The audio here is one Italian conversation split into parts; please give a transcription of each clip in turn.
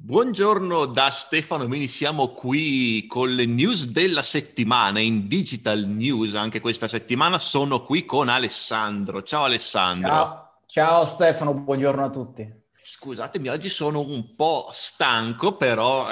Buongiorno da Stefano Mini, siamo qui con le news della settimana in Digital News. Anche questa settimana sono qui con Alessandro. Ciao Alessandro. Ciao Stefano, buongiorno a tutti. Scusatemi, oggi sono un po' stanco, però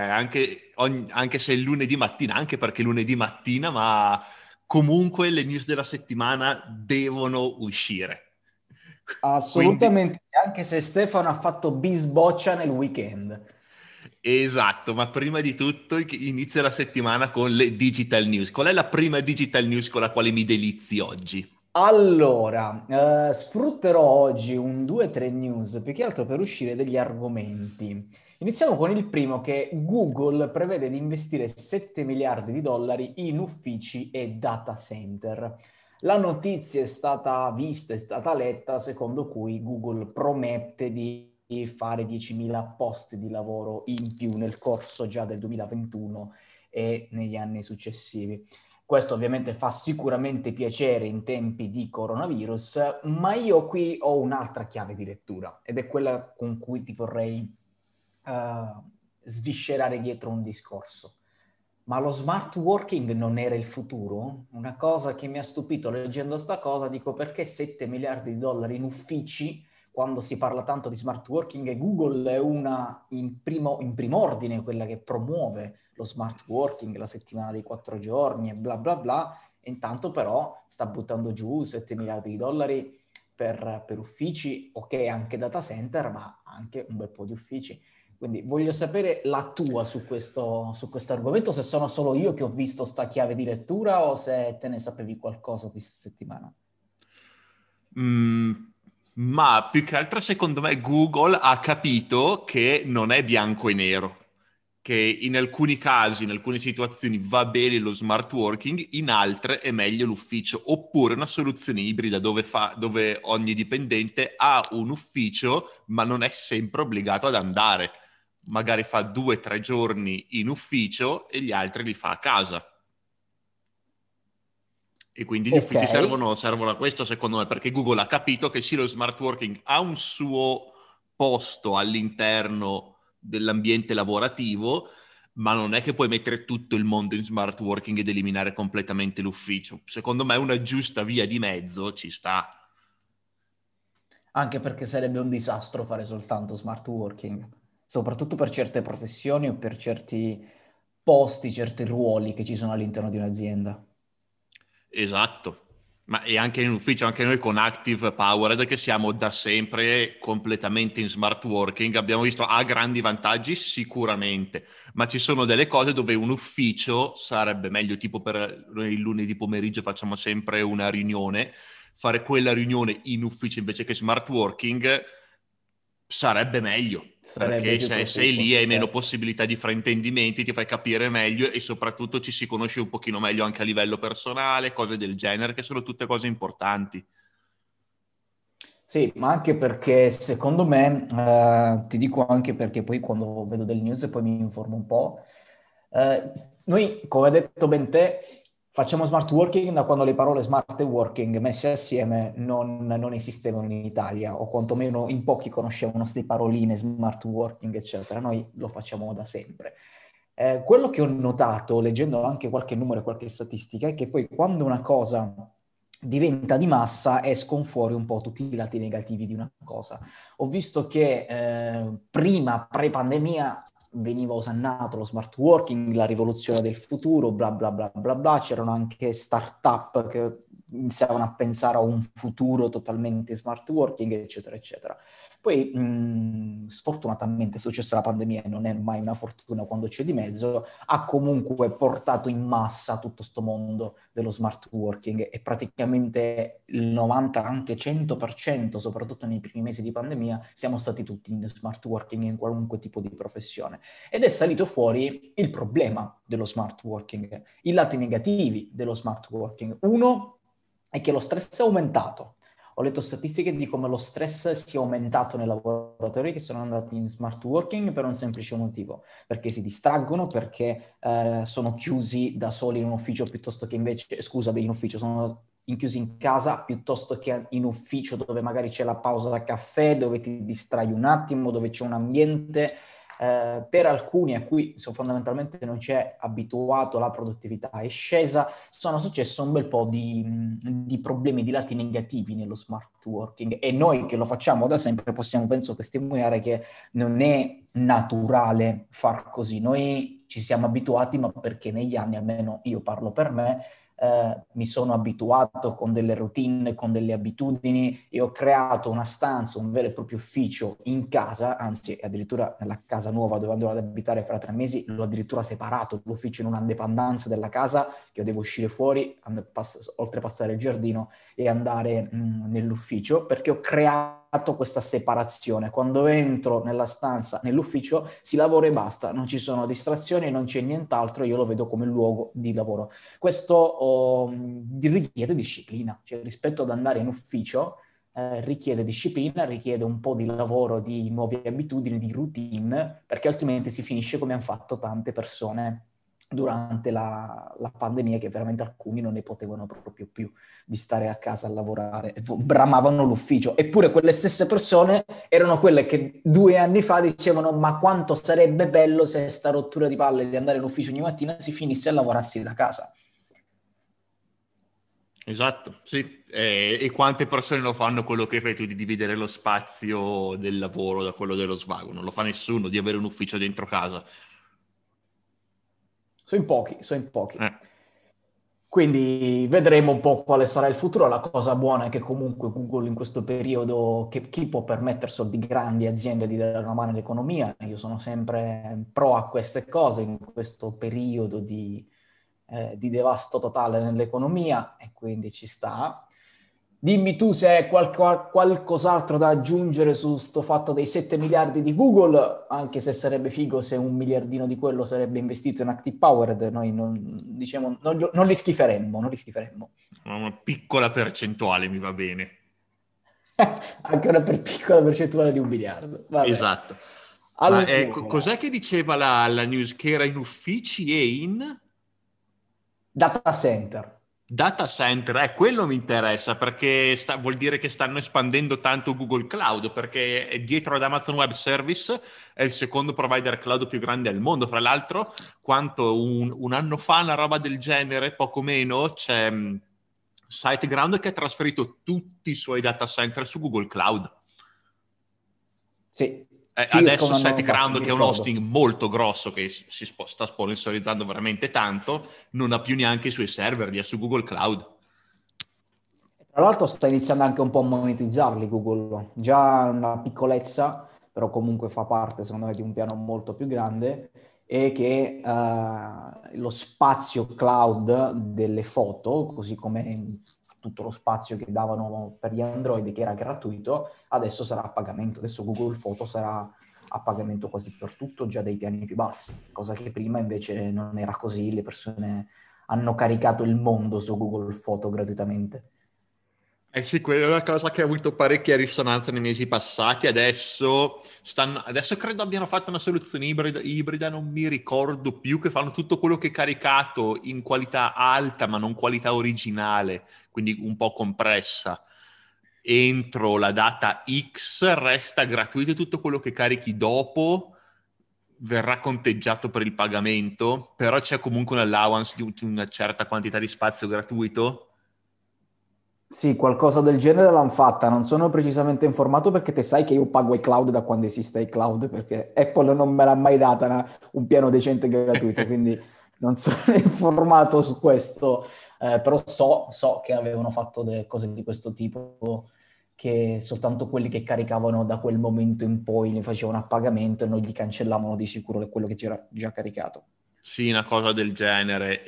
anche se è lunedì mattina, anche perché è lunedì mattina, ma comunque le news della settimana devono uscire. Quindi Assolutamente, anche se Stefano ha fatto bisboccia nel weekend. esatto, ma prima di tutto inizia la settimana con le digital news. Qual è la prima digital news con la quale mi delizi oggi? Allora, sfrutterò oggi un 2-3 news, più che altro per uscire degli argomenti. Iniziamo con il primo che Google prevede di investire 7 miliardi di dollari in uffici e data center. La notizia è stata vista, è stata letta, secondo cui Google promette di fare 10.000 posti di lavoro in più nel corso già del 2021 e negli anni successivi. Questo ovviamente fa sicuramente piacere in tempi di coronavirus, ma io qui ho un'altra chiave di lettura ed è quella con cui ti vorrei sviscerare dietro un discorso. Ma lo smart working non era il futuro? Una cosa che mi ha stupito leggendo sta cosa, dico perché 7 miliardi di dollari in uffici quando si parla tanto di smart working e Google è una in primo ordine quella che promuove lo smart working, la settimana dei 4 giorni e bla bla bla, e intanto però sta buttando giù 7 miliardi di dollari per uffici, ok, anche data center, ma anche un bel po' di uffici. Quindi voglio sapere la tua su questo argomento, se sono solo io che ho visto sta chiave di lettura o se te ne sapevi qualcosa questa settimana. Mm, ma più che altro secondo me Google ha capito che non è bianco e nero, che in alcuni casi, in alcune situazioni va bene lo smart working, in altre è meglio l'ufficio, oppure una soluzione ibrida dove ogni dipendente ha un ufficio ma non è sempre obbligato ad andare. Magari fa 2 o 3 giorni in ufficio e gli altri li fa a casa. E quindi gli Ok, uffici servono a questo, secondo me, perché Google ha capito che sì, lo smart working ha un suo posto all'interno dell'ambiente lavorativo, ma non è che puoi mettere tutto il mondo in smart working ed eliminare completamente l'ufficio. Secondo me una giusta via di mezzo ci sta. anche perché sarebbe un disastro fare soltanto smart working, soprattutto per certe professioni o per certi posti, certi ruoli che ci sono all'interno di un'azienda. Esatto. Ma e anche in ufficio, anche noi con Active Powered, che siamo da sempre completamente in smart working, abbiamo visto ha grandi vantaggi sicuramente, ma ci sono delle cose dove un ufficio sarebbe meglio, tipo per noi il lunedì pomeriggio facciamo sempre una riunione, fare quella riunione in ufficio invece che smart working sarebbe meglio, Sarebbe perché più se sei lì proficuo, hai meno certo. possibilità di fraintendimenti, ti fai capire meglio e soprattutto ci si conosce un pochino meglio anche a livello personale, cose del genere, che sono tutte cose importanti. Sì, ma anche perché secondo me, ti dico anche perché poi quando vedo delle news e poi mi informo un po', eh, noi, come hai detto ben te, facciamo smart working da quando le parole smart e working messe assieme non esistevano in Italia, o quantomeno in pochi conoscevano queste paroline, smart working, eccetera. Noi lo facciamo da sempre. Quello che ho notato, leggendo anche qualche numero e qualche statistica, è che poi quando una cosa diventa di massa escono fuori un po' tutti i lati negativi di una cosa. Ho visto che prima, pre-pandemia, veniva osannato lo smart working, la rivoluzione del futuro, bla bla bla bla bla, c'erano anche start-up che iniziavano a pensare a un futuro totalmente smart working, eccetera, eccetera. Poi, sfortunatamente, è successa la pandemia e non è mai una fortuna quando c'è di mezzo, ha comunque portato in massa tutto sto mondo dello smart working e praticamente il 90, anche 100%, soprattutto nei primi mesi di pandemia, siamo stati tutti in smart working in qualunque tipo di professione. Ed è salito fuori il problema dello smart working, i lati negativi dello smart working. Uno è che lo stress è aumentato. Ho letto statistiche di come lo stress sia aumentato nei lavoratori che sono andati in smart working per un semplice motivo, perché si distraggono, perché sono chiusi da soli in un ufficio piuttosto che invece, scusa, in ufficio, sono chiusi in casa piuttosto che in ufficio dove magari c'è la pausa da caffè, dove ti distrai un attimo, dove c'è un ambiente per alcuni a cui fondamentalmente non ci è abituato, la produttività è scesa, sono successo un bel po' di problemi, di lati negativi nello smart working, e noi che lo facciamo da sempre possiamo, penso, testimoniare che non è naturale far così. Noi ci siamo abituati, ma perché negli anni, almeno io parlo per me, mi sono abituato con delle routine, con delle abitudini, e ho creato una stanza, un vero e proprio ufficio in casa, anzi addirittura nella casa nuova dove andrò ad abitare fra 3 mesi, l'ho addirittura separato l'ufficio in una dependance della casa, che io devo uscire fuori, oltrepassare il giardino e andare nell'ufficio, perché ho creato questa separazione. Quando entro nella stanza, nell'ufficio, si lavora e basta, non ci sono distrazioni, non c'è nient'altro, io lo vedo come luogo di lavoro. Questo richiede disciplina, cioè rispetto ad andare in ufficio richiede disciplina, richiede un po' di lavoro, di nuove abitudini, di routine, perché altrimenti si finisce come hanno fatto tante persone durante la pandemia, che veramente alcuni non ne potevano proprio più di stare a casa a lavorare, bramavano l'ufficio. Eppure quelle stesse persone erano quelle che 2 anni fa dicevano: ma quanto sarebbe bello se sta rottura di palle di andare in ufficio ogni mattina si finisse a lavorarsi da casa. Esatto, sì. E quante persone lo fanno quello che fai tu, di dividere lo spazio del lavoro da quello dello svago? Non lo fa nessuno, di avere un ufficio dentro casa. Sono in pochi, sono in pochi. Eh. Quindi vedremo un po' quale sarà il futuro. La cosa buona è che comunque Google in questo periodo, che chi può permettersi di grandi aziende di dare una mano all'economia, io sono sempre pro a queste cose in questo periodo di devasto totale nell'economia, e quindi ci sta. Dimmi tu se hai qualcos'altro da aggiungere su sto fatto dei 7 miliardi di Google, anche se sarebbe figo se 1 miliardino di quello sarebbe investito in Active Powered. Noi non, diciamo, non li schiferemmo, non li schiferemmo. Una piccola percentuale mi va bene. Anche una piccola percentuale di 1 miliardo. Vabbè. Esatto. Ma Allora, cos'è che diceva la news? Che era in uffici e in data center. data center? Quello mi interessa perché vuol dire che stanno espandendo tanto Google Cloud, perché dietro ad Amazon Web Service è il secondo provider cloud più grande al mondo. Fra l'altro, quanto un anno fa, una roba del genere, poco meno, c'è SiteGround che ha trasferito tutti i suoi data center su Google Cloud. Sì, circa Adesso un anno fa, sì, SiteGround, mi che è un hosting ricordo. molto grosso, che sta sponsorizzando veramente tanto, non ha più neanche i suoi server, li ha su Google Cloud. Tra l'altro sta iniziando anche un po' a monetizzarli Google, già una piccolezza, però comunque fa parte secondo me di un piano molto più grande, e che lo spazio cloud delle foto, così come tutto lo spazio che davano per gli Android che era gratuito, adesso sarà a pagamento. Adesso Google Foto sarà a pagamento quasi per tutto, già dai piani più bassi, cosa che prima invece non era così. Le persone hanno caricato il mondo su Google Foto gratuitamente. Eh sì, quella è una cosa che ha avuto parecchia risonanza nei mesi passati. Adesso credo abbiano fatto una soluzione ibrida, non mi ricordo più, che fanno tutto quello che è caricato in qualità alta, ma non qualità originale, quindi un po' compressa. Entro la data X resta gratuito, e tutto quello che carichi dopo verrà conteggiato per il pagamento, però c'è comunque un allowance di una certa quantità di spazio gratuito. Sì, qualcosa del genere l'hanno fatta, non sono precisamente informato perché te sai che io pago iCloud da quando esiste iCloud, perché Apple non me l'ha mai data un piano decente gratuito, quindi non sono informato su questo, però so che avevano fatto delle cose di questo tipo, che soltanto quelli che caricavano da quel momento in poi ne facevano a pagamento e non gli cancellavano di sicuro quello che c'era già caricato. Sì, una cosa del genere,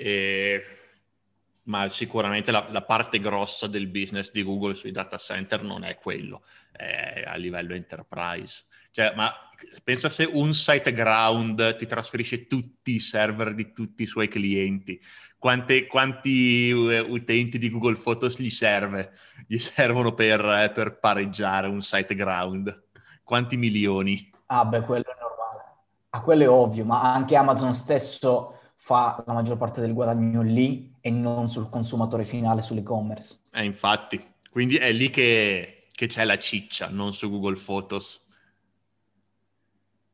ma sicuramente la parte grossa del business di Google sui data center non è quello, è a livello enterprise. Cioè, ma pensa se un SiteGround ti trasferisce tutti i server di tutti i suoi clienti, quanti utenti di Google Photos gli serve? Gli servono per pareggiare un SiteGround? Quanti milioni? Ah, beh, quello è normale. Ah, quello è ovvio, ma anche Amazon stesso fa la maggior parte del guadagno lì e non sul consumatore finale, sull'e-commerce. Infatti, quindi è lì che c'è la ciccia, non su Google Photos.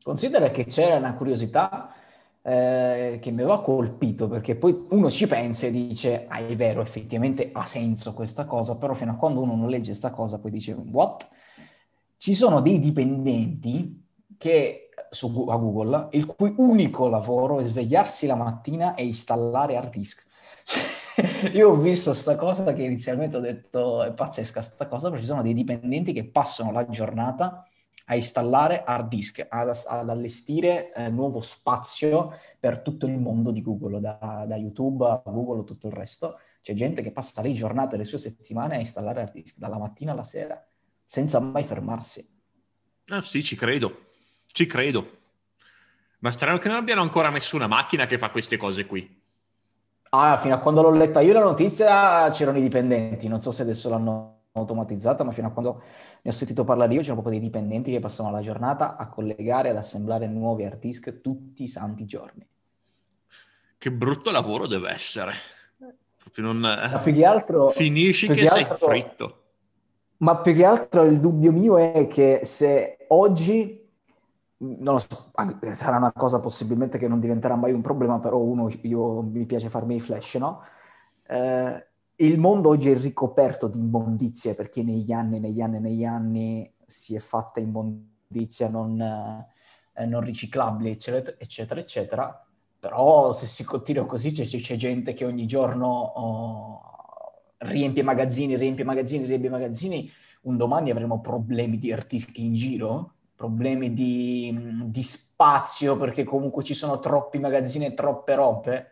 Considera che c'era una curiosità che mi aveva colpito, perché poi uno ci pensa e dice, ah, è vero, effettivamente ha senso questa cosa, però fino a quando uno non legge questa cosa, poi dice, what? Ci sono dei dipendenti che, a Google, il cui unico lavoro è svegliarsi la mattina e installare hard disk. Cioè, io ho visto sta cosa che inizialmente ho detto, è pazzesca sta cosa, perché ci sono dei dipendenti che passano la giornata a installare hard disk, ad allestire nuovo spazio per tutto il mondo di Google, da YouTube a Google e tutto il resto. C'è gente che passa le giornate, le sue settimane a installare hard disk, dalla mattina alla sera, senza mai fermarsi. Ah sì, ci credo, ci credo. Ma strano che non abbiano ancora messo una macchina che fa queste cose qui. Ah, fino a quando l'ho letta io la notizia c'erano i dipendenti, non so se adesso l'hanno automatizzata, ma fino a quando ne ho sentito parlare io c'erano proprio dei dipendenti che passavano la giornata a collegare, ad assemblare nuovi hard disk tutti i santi giorni. Che brutto lavoro deve essere. Proprio non... Ma Finisci più che che sei altro, fritto. ma più che altro il dubbio mio è che se oggi, non lo so, sarà una cosa possibilmente che non diventerà mai un problema, però io mi piace farmi i flash, no? Il mondo oggi è ricoperto di immondizie perché negli anni si è fatta immondizia non riciclabile, eccetera, eccetera, eccetera. Però se si continua così c'è gente che ogni giorno riempie magazzini, riempie magazzini, riempie magazzini. Un domani avremo problemi di artisti in giro, problemi di spazio perché comunque ci sono troppi magazzini e troppe robe.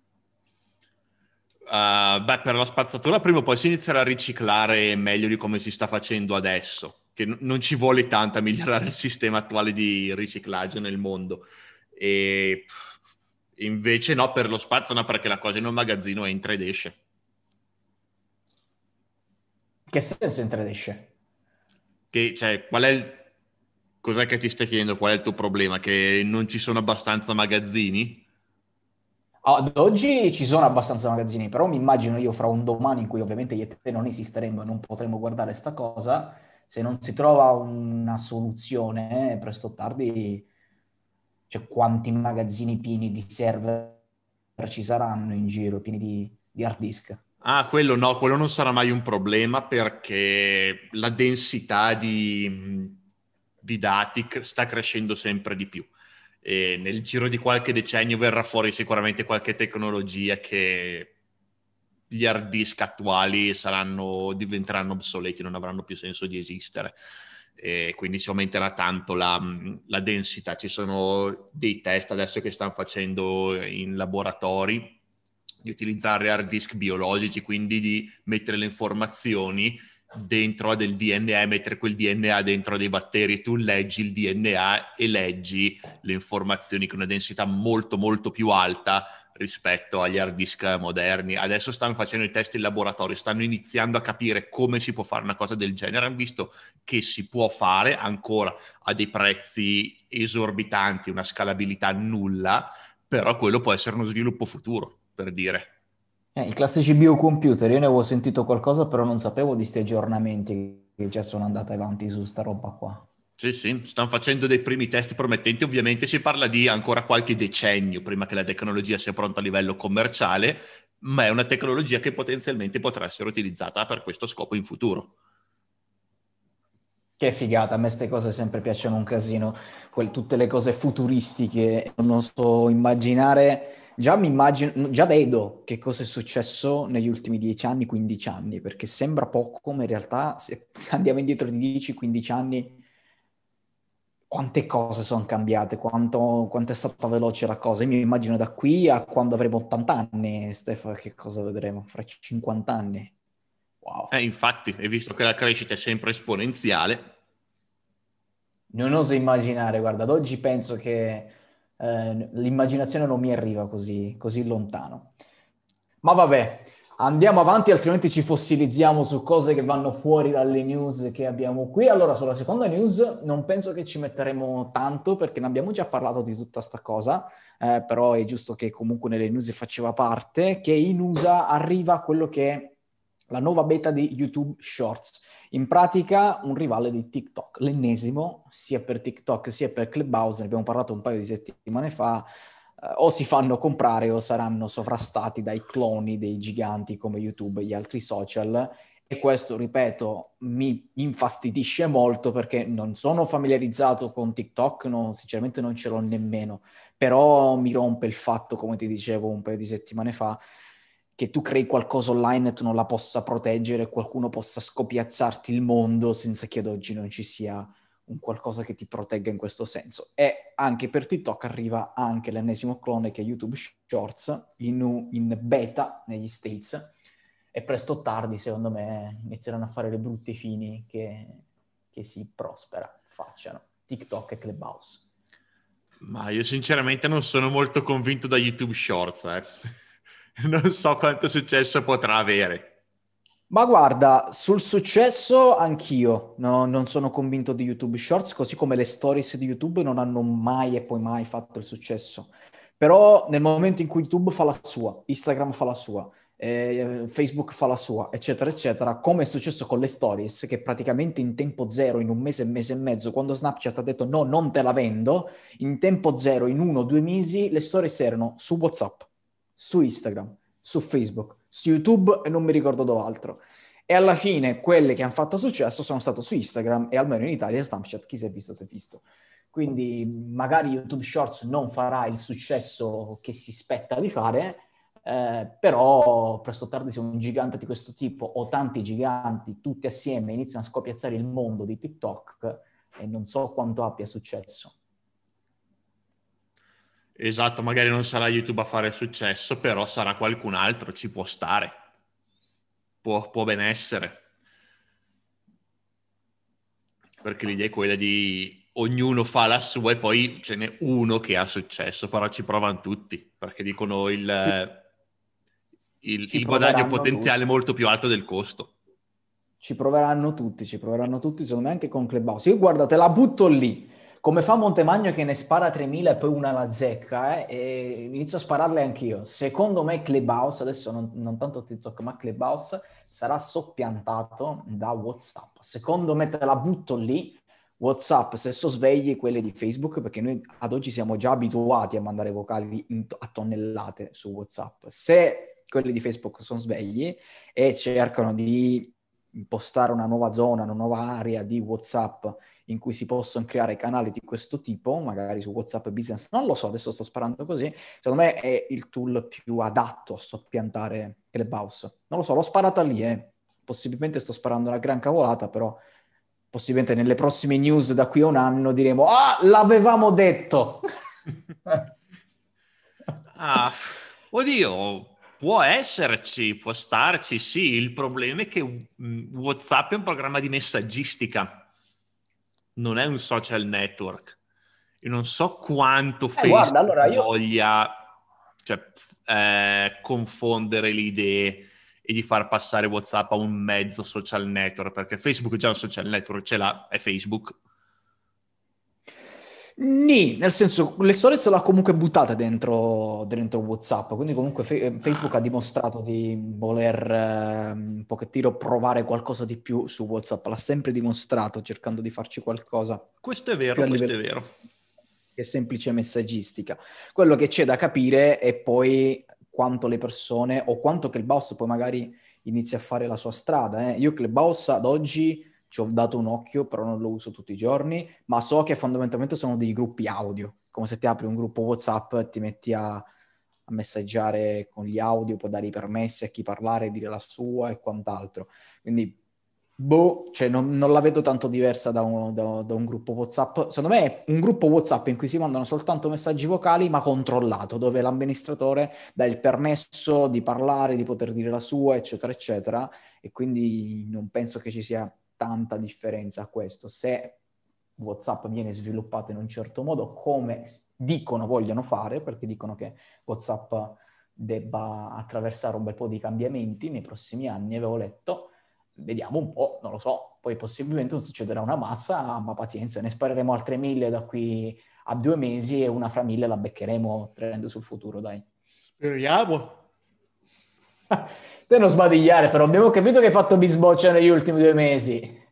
Beh, per la spazzatura prima o poi si inizierà a riciclare meglio di come si sta facendo adesso, che non ci vuole tanto a migliorare il sistema attuale di riciclaggio nel mondo. E invece no, per lo spazio no, perché la cosa in un magazzino entra ed esce. Che senso entra ed esce? Che, cioè, cos'è che ti stai chiedendo? Qual è il tuo problema? Che non ci sono abbastanza magazzini? Ad oggi ci sono abbastanza magazzini, però mi immagino io fra un domani in cui ovviamente io e te non esisteremo e non potremo guardare sta cosa, se non si trova una soluzione, presto o tardi, cioè quanti magazzini pieni di server ci saranno in giro, pieni di hard disk. Ah, quello no, quello non sarà mai un problema perché la densità di dati sta crescendo sempre di più. E nel giro di qualche decennio verrà fuori sicuramente qualche tecnologia che gli hard disk attuali diventeranno obsoleti, non avranno più senso di esistere. E quindi si aumenterà tanto la densità. Ci sono dei test adesso che stanno facendo in laboratori di utilizzare hard disk biologici, quindi di mettere le informazioni dentro a del DNA, mettere quel DNA dentro a dei batteri, tu leggi il DNA e leggi le informazioni con una densità molto molto più alta rispetto agli hard disk moderni. Adesso stanno facendo i test in laboratorio, stanno iniziando a capire come si può fare una cosa del genere, hanno visto che si può fare ancora a dei prezzi esorbitanti, una scalabilità nulla, però quello può essere uno sviluppo futuro, per dire. I classici biocomputer, io ne avevo sentito qualcosa, però non sapevo di questi aggiornamenti che già sono andati avanti su sta roba qua. Sì, sì, stanno facendo dei primi test promettenti, ovviamente si parla di ancora qualche decennio prima che la tecnologia sia pronta a livello commerciale, ma è una tecnologia che potenzialmente potrà essere utilizzata per questo scopo in futuro. Che figata, a me queste cose sempre piacciono un casino, tutte le cose futuristiche, non so immaginare, già mi immagino, già vedo che cosa è successo negli ultimi 10 anni, 15 anni, perché sembra poco, ma in realtà se andiamo indietro di 10-15 anni, quante cose sono cambiate, quanto è stata veloce la cosa. Io mi immagino da qui a quando avremo 80 anni, Stefano, che cosa vedremo? Fra 50 anni. Wow. Infatti, e visto che la crescita è sempre esponenziale, Non oso immaginare, guarda, ad oggi penso che l'immaginazione non mi arriva così lontano. Ma vabbè, andiamo avanti, altrimenti ci fossilizziamo su cose che vanno fuori dalle news che abbiamo qui. Allora, sulla seconda news non penso che ci metteremo tanto perché ne abbiamo già parlato di tutta sta cosa, però è giusto che comunque nelle news faceva parte, che in USA arriva quello che è la nuova beta di YouTube Shorts. In pratica un rivale di TikTok, l'ennesimo, sia per TikTok sia per Clubhouse, ne abbiamo parlato un paio di settimane fa, o si fanno comprare o saranno sovrastati dai cloni dei giganti come YouTube e gli altri social. E questo, ripeto, mi infastidisce molto perché non sono familiarizzato con TikTok, no, sinceramente non ce l'ho nemmeno, però mi rompe il fatto, come ti dicevo un paio di settimane fa, che tu crei qualcosa online e tu non la possa proteggere, qualcuno possa scopiazzarti il mondo senza che ad oggi non ci sia un qualcosa che ti protegga in questo senso. E anche per TikTok arriva anche l'ennesimo clone che è YouTube Shorts in beta negli States, e presto o tardi, secondo me, inizieranno a fare le brutte fini che si prospera facciano TikTok e Clubhouse. Ma io sinceramente non sono molto convinto da YouTube Shorts, eh. Non so quanto successo potrà avere. Ma guarda, sul successo anch'io non sono convinto di YouTube Shorts, così come le stories di YouTube non hanno mai e poi mai fatto il successo. Però nel momento in cui YouTube fa la sua, Instagram fa la sua, Facebook fa la sua, eccetera, eccetera, come è successo con le stories, che praticamente in tempo zero, in un mese e mezzo, quando Snapchat ha detto no, non te la vendo, in tempo zero, in 1 o 2 mesi, le stories erano su WhatsApp, su Instagram, su Facebook, su YouTube e non mi ricordo dov'altro. E alla fine quelle che hanno fatto successo sono state su Instagram e almeno in Italia Snapchat, chi si è visto si è visto. Quindi magari YouTube Shorts non farà il successo che si spetta di fare, però presto o tardi se un gigante di questo tipo o tanti giganti tutti assieme iniziano a scopiazzare il mondo di TikTok, e non so quanto abbia successo. Esatto, magari non sarà YouTube a fare successo, però sarà qualcun altro, ci può stare. Può ben essere. Perché l'idea è quella di ognuno fa la sua e poi ce n'è uno che ha successo, però ci provano tutti, perché dicono Ci il guadagno proveranno potenziale è tutti. molto più alto del costo. Ci proveranno tutti, secondo me anche con Clubhouse. Io guarda, te la butto lì, come fa Montemagno che ne spara 3.000 e poi una la zecca, e inizio a spararle anch'io. Secondo me Clubhouse, adesso non tanto TikTok, ma Clubhouse sarà soppiantato da WhatsApp. Secondo me te la butto lì, WhatsApp se so svegli quelle di Facebook, perché noi ad oggi siamo già abituati a mandare vocali a tonnellate su WhatsApp. Se quelli di Facebook sono svegli e cercano di impostare una nuova zona, una nuova area di WhatsApp in cui si possono creare canali di questo tipo, magari su WhatsApp Business, non lo so, adesso sto sparando così, secondo me è il tool più adatto a soppiantare Clubhouse. Non lo so, l'ho sparata lì, possibilmente sto sparando una gran cavolata, però possibilmente nelle prossime news da qui a un anno diremo «Ah, l'avevamo detto!» Ah, oddio, può esserci, può starci, sì. Il problema è che WhatsApp è un programma di messaggistica, non è un social network. E non so quanto Guarda, Facebook allora io voglia, cioè, confondere le idee e di far passare WhatsApp a un mezzo social network, perché Facebook è già un social network, ce l'ha, è Facebook. Nì, nel senso, le stories l'ha comunque buttate dentro WhatsApp, quindi comunque Facebook Ah, ha dimostrato di voler un pochettino provare qualcosa di più su WhatsApp, l'ha sempre dimostrato cercando di farci qualcosa più a questo livello è vero. che semplice messaggistica. Quello che c'è da capire è poi quanto le persone o quanto Clubhouse poi magari inizia a fare la sua strada. Io Clubhouse ad oggi ci ho dato un occhio, però non lo uso tutti i giorni, ma so che fondamentalmente sono dei gruppi audio, come se ti apri un gruppo WhatsApp e ti metti a messaggiare con gli audio, puoi dare i permessi a chi parlare, dire la sua e quant'altro. Quindi boh, cioè non la vedo tanto diversa da un gruppo WhatsApp. Secondo me è un gruppo WhatsApp in cui si mandano soltanto messaggi vocali, ma controllato, dove l'amministratore dà il permesso di parlare, di poter dire la sua, eccetera, eccetera. E quindi non penso che ci sia tanta differenza a questo. Se WhatsApp viene sviluppato in un certo modo, come dicono vogliono fare, perché dicono che WhatsApp debba attraversare un bel po' di cambiamenti nei prossimi anni, avevo letto. Vediamo un po', non lo so, poi possibilmente non succederà una mazza, ma pazienza, ne spareremo altre 1.000 da qui a 2 mesi e una fra 1.000 la beccheremo tenendo sul futuro, dai. Speriamo. Te non sbadigliare, però abbiamo capito che hai fatto bisboccia negli ultimi 2 mesi.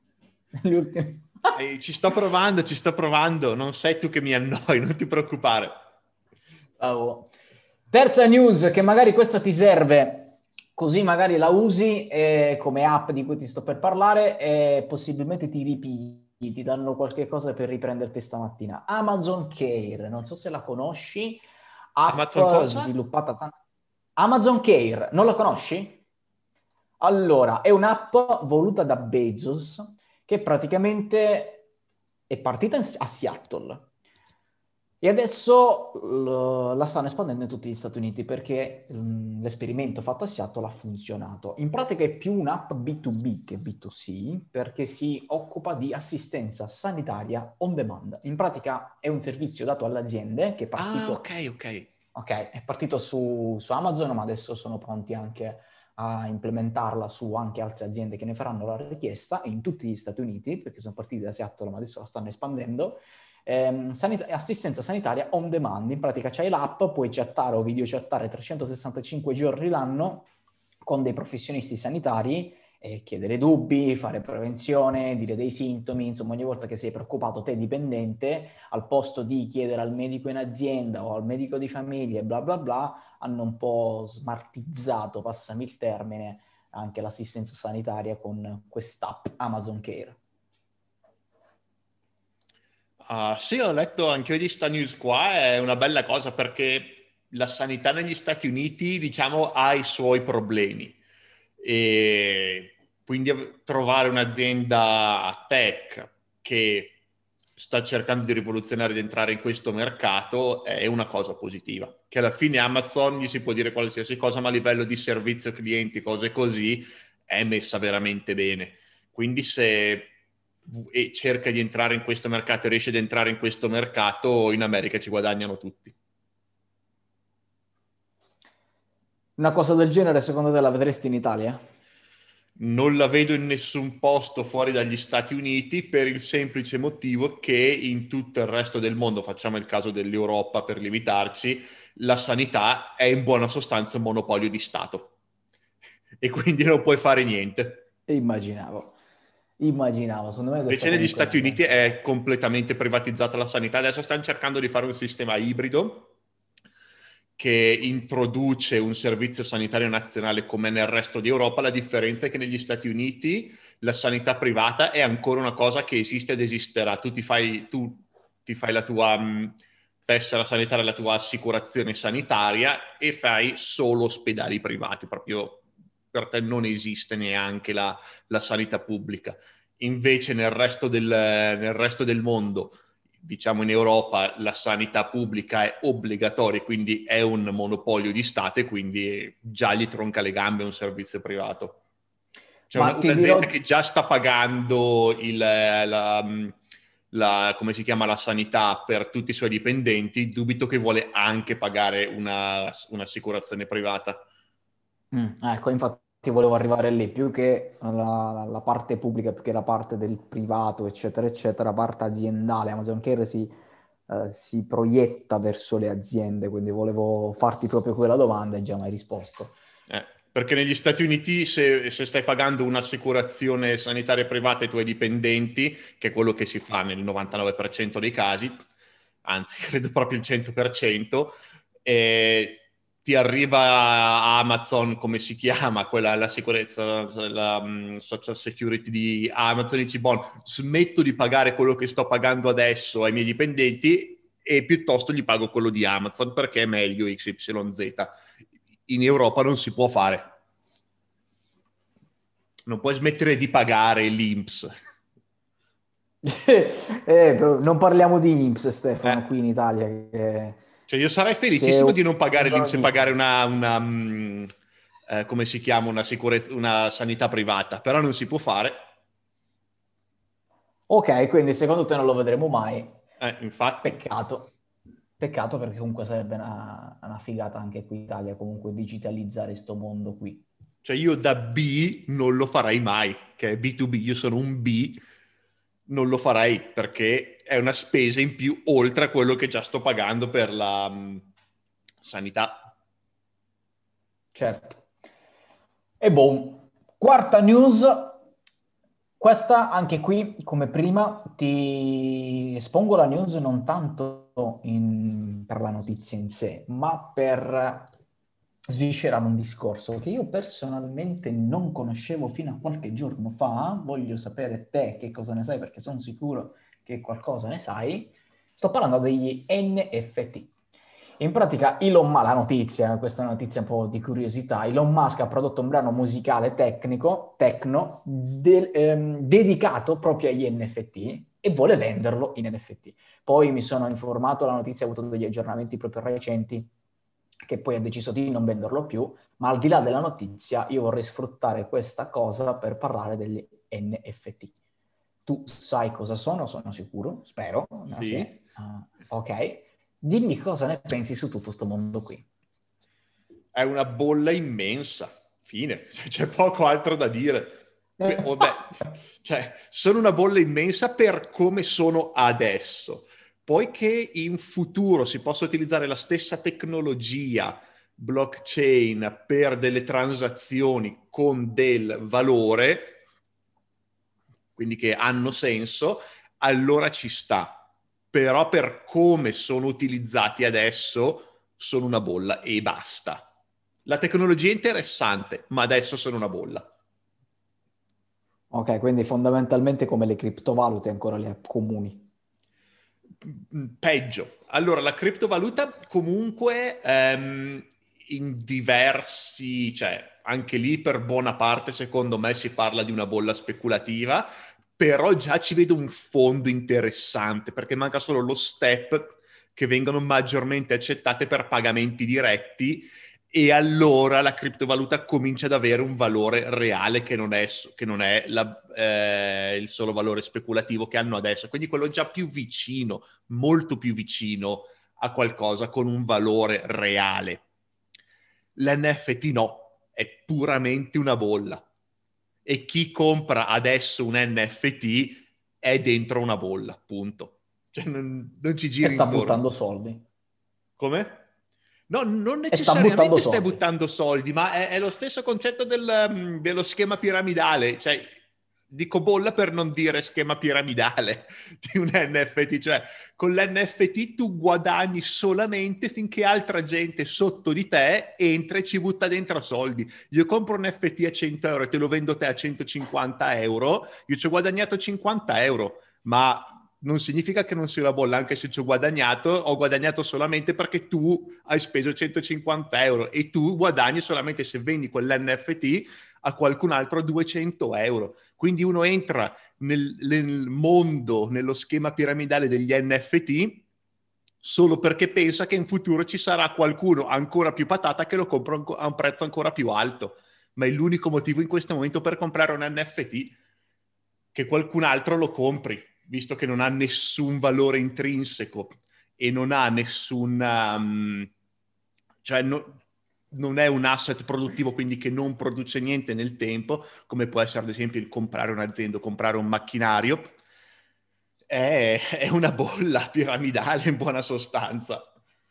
Gli ultimi... Ci sto provando, non sei tu che mi annoi, non ti preoccupare. Oh. Terza news, che magari questa ti serve, così magari la usi come app di cui ti sto per parlare e possibilmente ti ripigli, ti danno qualche cosa per riprenderti stamattina. Amazon Care, non so se la conosci, app Amazon cosa? sviluppata tanto. Amazon Care, non la conosci? Allora, è un'app voluta da Bezos che praticamente è partita a Seattle e adesso la stanno espandendo in tutti gli Stati Uniti perché l'esperimento fatto a Seattle ha funzionato. In pratica è più un'app B2B che B2C perché si occupa di assistenza sanitaria on demand. In pratica è un servizio dato alle aziende che è Ah, partito, ok, ok. è partito su Amazon, ma adesso sono pronti anche a implementarla su anche altre aziende che ne faranno la richiesta in tutti gli Stati Uniti, perché sono partiti da Seattle ma adesso la stanno espandendo. Assistenza sanitaria on demand, in pratica c'hai l'app, puoi chattare o video chattare 365 giorni l'anno con dei professionisti sanitari e chiedere dubbi, fare prevenzione, dire dei sintomi, insomma ogni volta che sei preoccupato te dipendente, al posto di chiedere al medico in azienda o al medico di famiglia e bla bla bla, hanno un po' smartizzato, passami il termine, anche l'assistenza sanitaria con quest'app Amazon Care. Sì, ho letto anche io di sta news qua, è una bella cosa perché la sanità negli Stati Uniti, diciamo, ha i suoi problemi e quindi trovare un'azienda tech che sta cercando di rivoluzionare ed entrare in questo mercato è una cosa positiva. Che alla fine Amazon gli si può dire qualsiasi cosa, ma a livello di servizio clienti, cose così, è messa veramente bene. Quindi se cerca di entrare in questo mercato e riesce ad entrare in questo mercato, in America ci guadagnano tutti. Una cosa del genere secondo te la vedresti in Italia? Non la vedo in nessun posto fuori dagli Stati Uniti per il semplice motivo che in tutto il resto del mondo, facciamo il caso dell'Europa per limitarci, la sanità è in buona sostanza un monopolio di Stato e quindi non puoi fare niente. Immaginavo, secondo me questa Invece negli comunque è una Stati Uniti buona è cosa. completamente privatizzata la sanità. Adesso stanno cercando di fare un sistema ibrido che introduce un servizio sanitario nazionale come nel resto d'Europa. La differenza è che negli Stati Uniti la sanità privata è ancora una cosa che esiste ed esisterà. Tu ti fai la tua tessera sanitaria, la tua assicurazione sanitaria e fai solo ospedali privati, proprio per te non esiste neanche la sanità pubblica. Invece nel resto del mondo, diciamo in Europa, la sanità pubblica è obbligatoria, quindi è un monopolio di Stato e quindi già gli tronca le gambe un servizio privato. C'è Ma ti un'azienda dirò, che già sta pagando come si chiama, la sanità per tutti i suoi dipendenti, dubito che vuole anche pagare un'assicurazione privata. ecco, infatti volevo arrivare lì, più che la parte pubblica, più che la parte del privato, eccetera, eccetera, la parte aziendale. Amazon Care si proietta verso le aziende, quindi volevo farti proprio quella domanda e già mi hai risposto. Perché negli Stati Uniti se stai pagando un'assicurazione sanitaria privata ai tuoi dipendenti, che è quello che si fa nel 99% dei casi, anzi credo proprio il 100%, ti arriva Amazon, come si chiama, quella la sicurezza, la social security di Amazon, e dici, bon, smetto di pagare quello che sto pagando adesso ai miei dipendenti e piuttosto gli pago quello di Amazon perché è meglio XYZ. In Europa non si può fare. Non puoi smettere di pagare l'INPS. Non parliamo di INPS, Eh, Stefano, qui in Italia, cioè io sarei che è felicissimo di non pagare vengono l'INPS e di... pagare come si chiama, una sanità privata, però non si può fare. Ok, quindi secondo te non lo vedremo mai. Infatti. Peccato. Peccato perché comunque sarebbe una figata anche qui in Italia, comunque digitalizzare sto mondo qui. Cioè io da B non lo farei mai, che è B2B, io sono un B, non lo farei perché è una spesa in più oltre a quello che già sto pagando per la sanità. Certo. E boh, quarta news, Questa, anche qui, come prima, ti espongo la news non tanto per la notizia in sé, ma per sviscerare un discorso che io personalmente non conoscevo fino a qualche giorno fa. Voglio sapere te che cosa ne sai, perché sono sicuro che qualcosa ne sai. Sto parlando degli NFT. In pratica la notizia, questa è una notizia un po' di curiosità, Elon Musk ha prodotto un brano musicale techno, dedicato proprio agli NFT e vuole venderlo in NFT. Poi mi sono informato, la notizia ha avuto degli aggiornamenti proprio recenti, che poi ha deciso di non venderlo più, ma al di là della notizia io vorrei sfruttare questa cosa per parlare degli NFT. Tu sai cosa sono sicuro, spero, Sì. ok. Dimmi cosa ne pensi su tutto questo mondo qui. È una bolla immensa, fine, c'è poco altro da dire. Beh, cioè, sono una bolla immensa per come sono adesso. Poi che in futuro si possa utilizzare la stessa tecnologia blockchain per delle transazioni con del valore, quindi che hanno senso, allora ci sta. Però per come sono utilizzati adesso sono una bolla e basta. La tecnologia è interessante, ma adesso sono una bolla. Ok, quindi fondamentalmente come le criptovalute ancora le comuni. Peggio. Allora, la criptovaluta comunque in diversi, cioè anche lì per buona parte secondo me si parla di una bolla speculativa, però già ci vedo un fondo interessante perché manca solo lo step che vengono maggiormente accettate per pagamenti diretti e allora la criptovaluta comincia ad avere un valore reale che non è il solo valore speculativo che hanno adesso, quindi quello già più vicino, molto più vicino a qualcosa con un valore reale. L'NFT no, è puramente una bolla e chi compra adesso un NFT è dentro una bolla, punto. Cioè non ci E giri sta intorno. buttando soldi. Come? No, non E sta buttando necessariamente stai soldi. buttando soldi, ma è lo stesso concetto dello schema piramidale. Cioè, dico bolla per non dire schema piramidale di un NFT. Cioè, con l'NFT tu guadagni solamente finché altra gente sotto di te entra e ci butta dentro soldi. Io compro un NFT a 100 euro e te lo vendo te a 150 euro, io ci ho guadagnato 50 euro, ma non significa che non sia una bolla, anche se ci ho guadagnato solamente perché tu hai speso 150 euro e tu guadagni solamente se vendi quell'NFT a qualcun altro 200 euro. Quindi uno entra nel mondo, nello schema piramidale degli NFT solo perché pensa che in futuro ci sarà qualcuno ancora più patata che lo compra a un prezzo ancora più alto. Ma è l'unico motivo in questo momento per comprare un NFT, che qualcun altro lo compri, visto che non ha nessun valore intrinseco e non ha nessun... cioè non è un asset produttivo, quindi che non produce niente nel tempo, come può essere ad esempio il comprare un'azienda o comprare un macchinario. È una bolla piramidale in buona sostanza.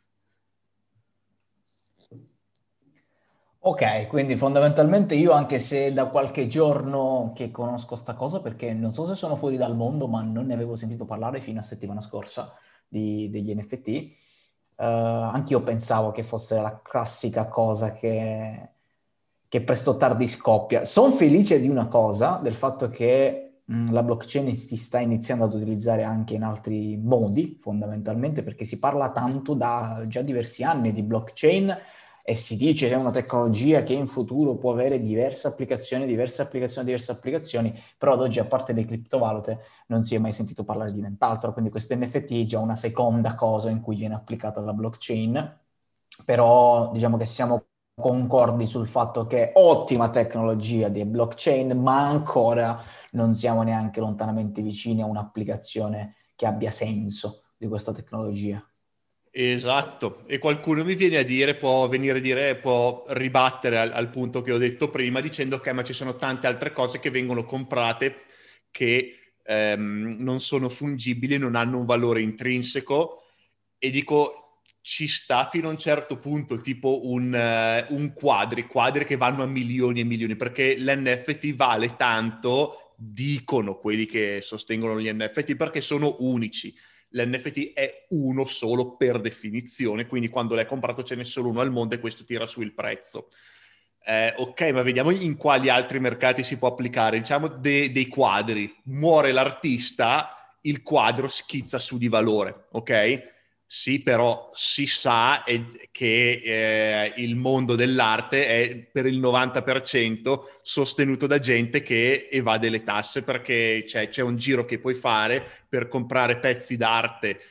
Ok, quindi fondamentalmente io, anche se da qualche giorno che conosco sta cosa, perché non so se sono fuori dal mondo, ma non ne avevo sentito parlare fino a settimana scorsa degli NFT, anch'io pensavo che fosse la classica cosa che presto o tardi scoppia. Sono felice di una cosa, del fatto che la blockchain si sta iniziando ad utilizzare anche in altri modi, fondamentalmente, perché si parla tanto da già diversi anni di blockchain e si dice che è una tecnologia che in futuro può avere diverse applicazioni, però ad oggi, a parte le criptovalute, non si è mai sentito parlare di nient'altro, quindi questo NFT è già una seconda cosa in cui viene applicata la blockchain, però diciamo che siamo concordi sul fatto che è ottima tecnologia di blockchain, ma ancora non siamo neanche lontanamente vicini a un'applicazione che abbia senso di questa tecnologia. Esatto, e qualcuno mi viene a dire, può venire a dire, può ribattere al punto che ho detto prima, dicendo che ma ci sono tante altre cose che vengono comprate che non sono fungibili, non hanno un valore intrinseco, e dico ci sta fino a un certo punto, tipo un quadri che vanno a milioni e milioni, perché l'NFT vale tanto dicono quelli che sostengono gli NFT, perché sono unici. L'NFT è uno solo per definizione, quindi quando l'hai comprato ce n'è solo uno al mondo e questo tira su il prezzo. Ok, ma vediamo in quali altri mercati si può applicare. Diciamo dei quadri. Muore l'artista, il quadro schizza su di valore, ok? Sì, però si sa che il mondo dell'arte è per il 90% sostenuto da gente che evade le tasse, perché c'è un giro che puoi fare per comprare pezzi d'arte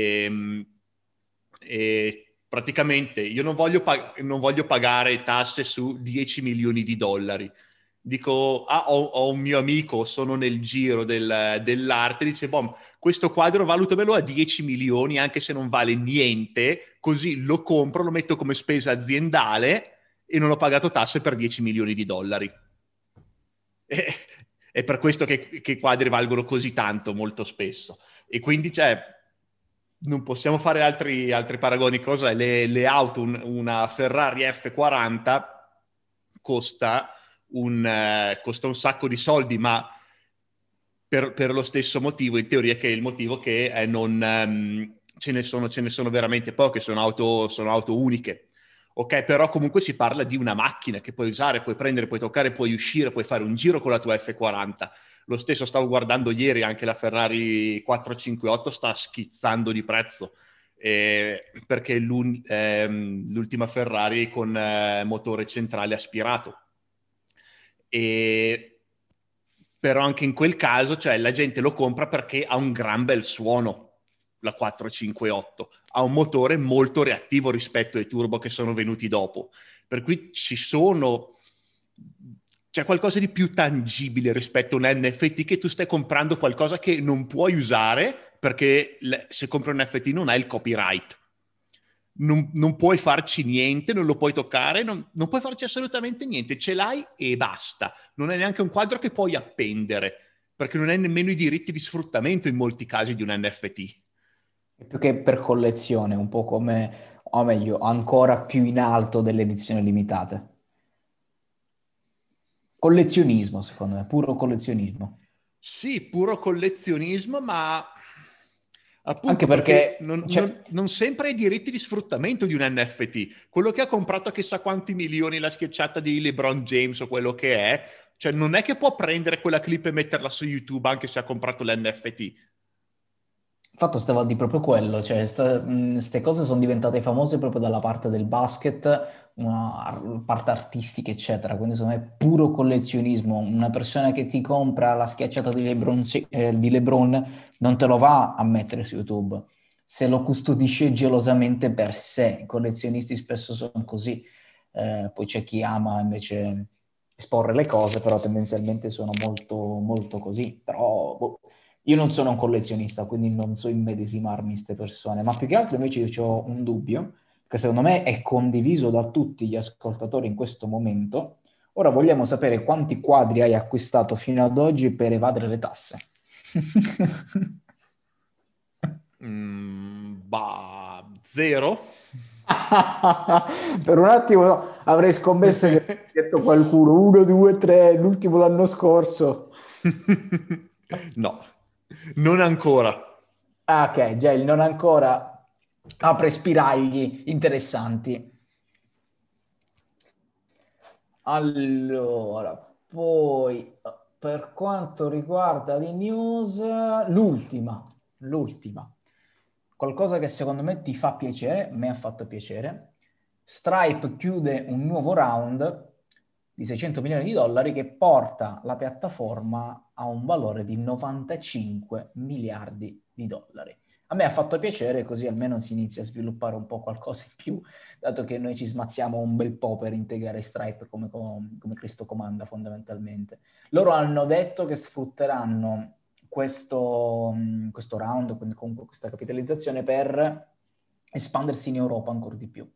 e praticamente io non voglio pagare tasse su 10 milioni di dollari. Dico, ho un mio amico, sono nel giro dell'arte, dice, boh, questo quadro valutamelo a 10 milioni, anche se non vale niente, così lo compro, lo metto come spesa aziendale e non ho pagato tasse per 10 milioni di dollari. E, è per questo che i quadri valgono così tanto molto spesso. E quindi, non possiamo fare altri paragoni. Cosa? Le auto, una Ferrari F40 costa costa un sacco di soldi, ma per lo stesso motivo, in teoria, che è il motivo che ce ne sono veramente poche, sono auto uniche. Ok, però comunque si parla di una macchina che puoi usare, puoi prendere, puoi toccare, puoi uscire, puoi fare un giro con la tua F40. Lo stesso stavo guardando ieri, anche la Ferrari 458 sta schizzando di prezzo, perché è l'ultima Ferrari con motore centrale aspirato. Però anche in quel caso, cioè, la gente lo compra perché ha un gran bel suono, la 458. Ha un motore molto reattivo rispetto ai turbo che sono venuti dopo. Per cui c'è qualcosa di più tangibile rispetto a un NFT, che tu stai comprando qualcosa che non puoi usare, perché se compri un NFT non hai il copyright. Non puoi farci niente, non lo puoi toccare, non puoi farci assolutamente niente, ce l'hai e basta. Non è neanche un quadro che puoi appendere, perché non hai nemmeno i diritti di sfruttamento in molti casi di un NFT. È più che per collezione, un po' come, o meglio, ancora più in alto delle edizioni limitate. Collezionismo, secondo me, puro collezionismo. Sì, puro collezionismo, ma Anche appunto perché perché, cioè, non sempre hai diritti di sfruttamento di un NFT. Quello che ha comprato chissà quanti milioni la schiacciata di LeBron James o quello che è, cioè non è che può prendere quella clip e metterla su YouTube anche se ha comprato l'NFT. Fatto stava di proprio quello, cioè queste cose sono diventate famose proprio dalla parte del basket, una parte artistica, eccetera, quindi secondo me è puro collezionismo. Una persona che ti compra la schiacciata di LeBron non te lo va a mettere su YouTube, se lo custodisce gelosamente per sé. I collezionisti spesso sono così. Poi c'è chi ama invece esporre le cose, però tendenzialmente sono molto, molto così. Però boh, io non sono un collezionista, quindi non so immedesimarmi in queste persone, ma più che altro invece io ho un dubbio, che secondo me è condiviso da tutti gli ascoltatori in questo momento. Ora vogliamo sapere quanti quadri hai acquistato fino ad oggi per evadere le tasse. Bah, zero. Per un attimo avrei scommesso che avrei detto qualcuno, uno, due, tre, l'ultimo l'anno scorso. No, non ancora. Ah, ok, già il non ancora apre spiragli interessanti. Allora, poi per quanto riguarda le news, l'ultima, qualcosa che secondo me ti fa piacere, me ha fatto piacere. Stripe chiude un nuovo round di 600 milioni di dollari che porta la piattaforma a un valore di 95 miliardi di dollari. A me ha fatto piacere, così almeno si inizia a sviluppare un po' qualcosa in più, dato che noi ci smazziamo un bel po' per integrare Stripe come Cristo comanda fondamentalmente. Loro hanno detto che sfrutteranno questo round, quindi comunque questa capitalizzazione, per espandersi in Europa ancora di più.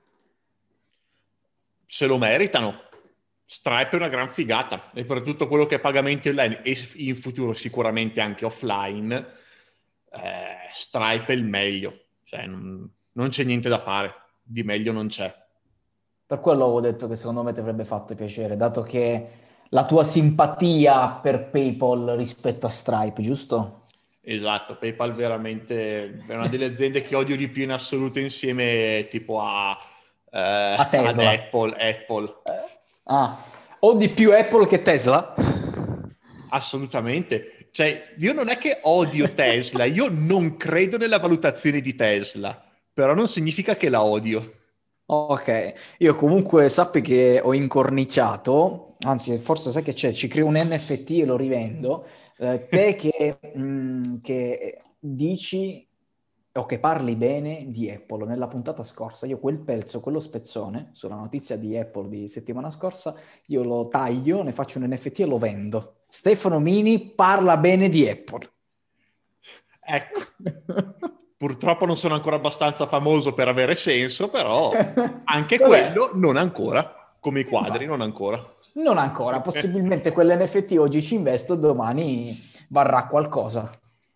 Se lo meritano. Stripe è una gran figata e per tutto quello che è pagamenti online e in futuro sicuramente anche offline, Stripe è il meglio. Cioè, non c'è niente da fare, di meglio non c'è. Per quello avevo detto che secondo me ti avrebbe fatto piacere, dato che la tua simpatia per PayPal rispetto a Stripe, giusto? Esatto, PayPal veramente è una delle aziende che odio di più in assoluto insieme tipo A ad Tesla. Apple. Ah, o di più Apple che Tesla? Assolutamente. Cioè, io non è che odio Tesla, io non credo nella valutazione di Tesla, però non significa che la odio. Ok, io comunque sappi che ho incorniciato, anzi forse sai che c'è, ci creo un NFT e lo rivendo, te che dici o che parli bene di Apple. Nella puntata scorsa io quel pezzo, quello spezzone sulla notizia di Apple di settimana scorsa, io lo taglio, ne faccio un NFT e lo vendo. Stefano Mini parla bene di Apple. Ecco, purtroppo non sono ancora abbastanza famoso per avere senso, però anche Vabbè, quello non ancora, come i quadri, infatti. non ancora. Non ancora, possibilmente quell'NFT oggi ci investo, domani varrà qualcosa.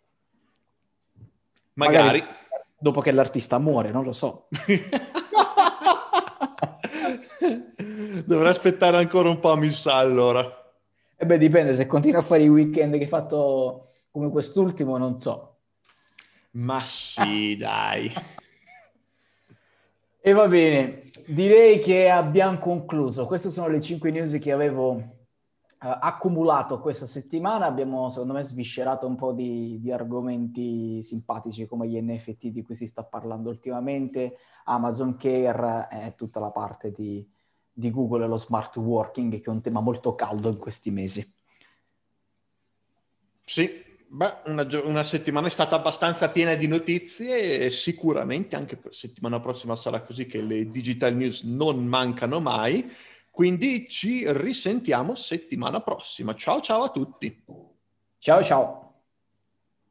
Magari Magari. dopo che l'artista muore, non lo so. Dovrei aspettare ancora un po', mi sa, allora. E beh, dipende, se continua a fare i weekend che hai fatto come quest'ultimo, non so. Ma sì, dai. E va bene, direi che abbiamo concluso. Queste sono le 5 news che avevo accumulato questa settimana. Abbiamo, secondo me, sviscerato un po' di argomenti simpatici come gli NFT di cui si sta parlando ultimamente, Amazon Care e tutta la parte di Google e lo smart working, che è un tema molto caldo in questi mesi. Sì, beh, una settimana è stata abbastanza piena di notizie e sicuramente anche per settimana prossima sarà così che le digital news non mancano mai. Quindi ci risentiamo settimana prossima. Ciao ciao a tutti. Ciao ciao!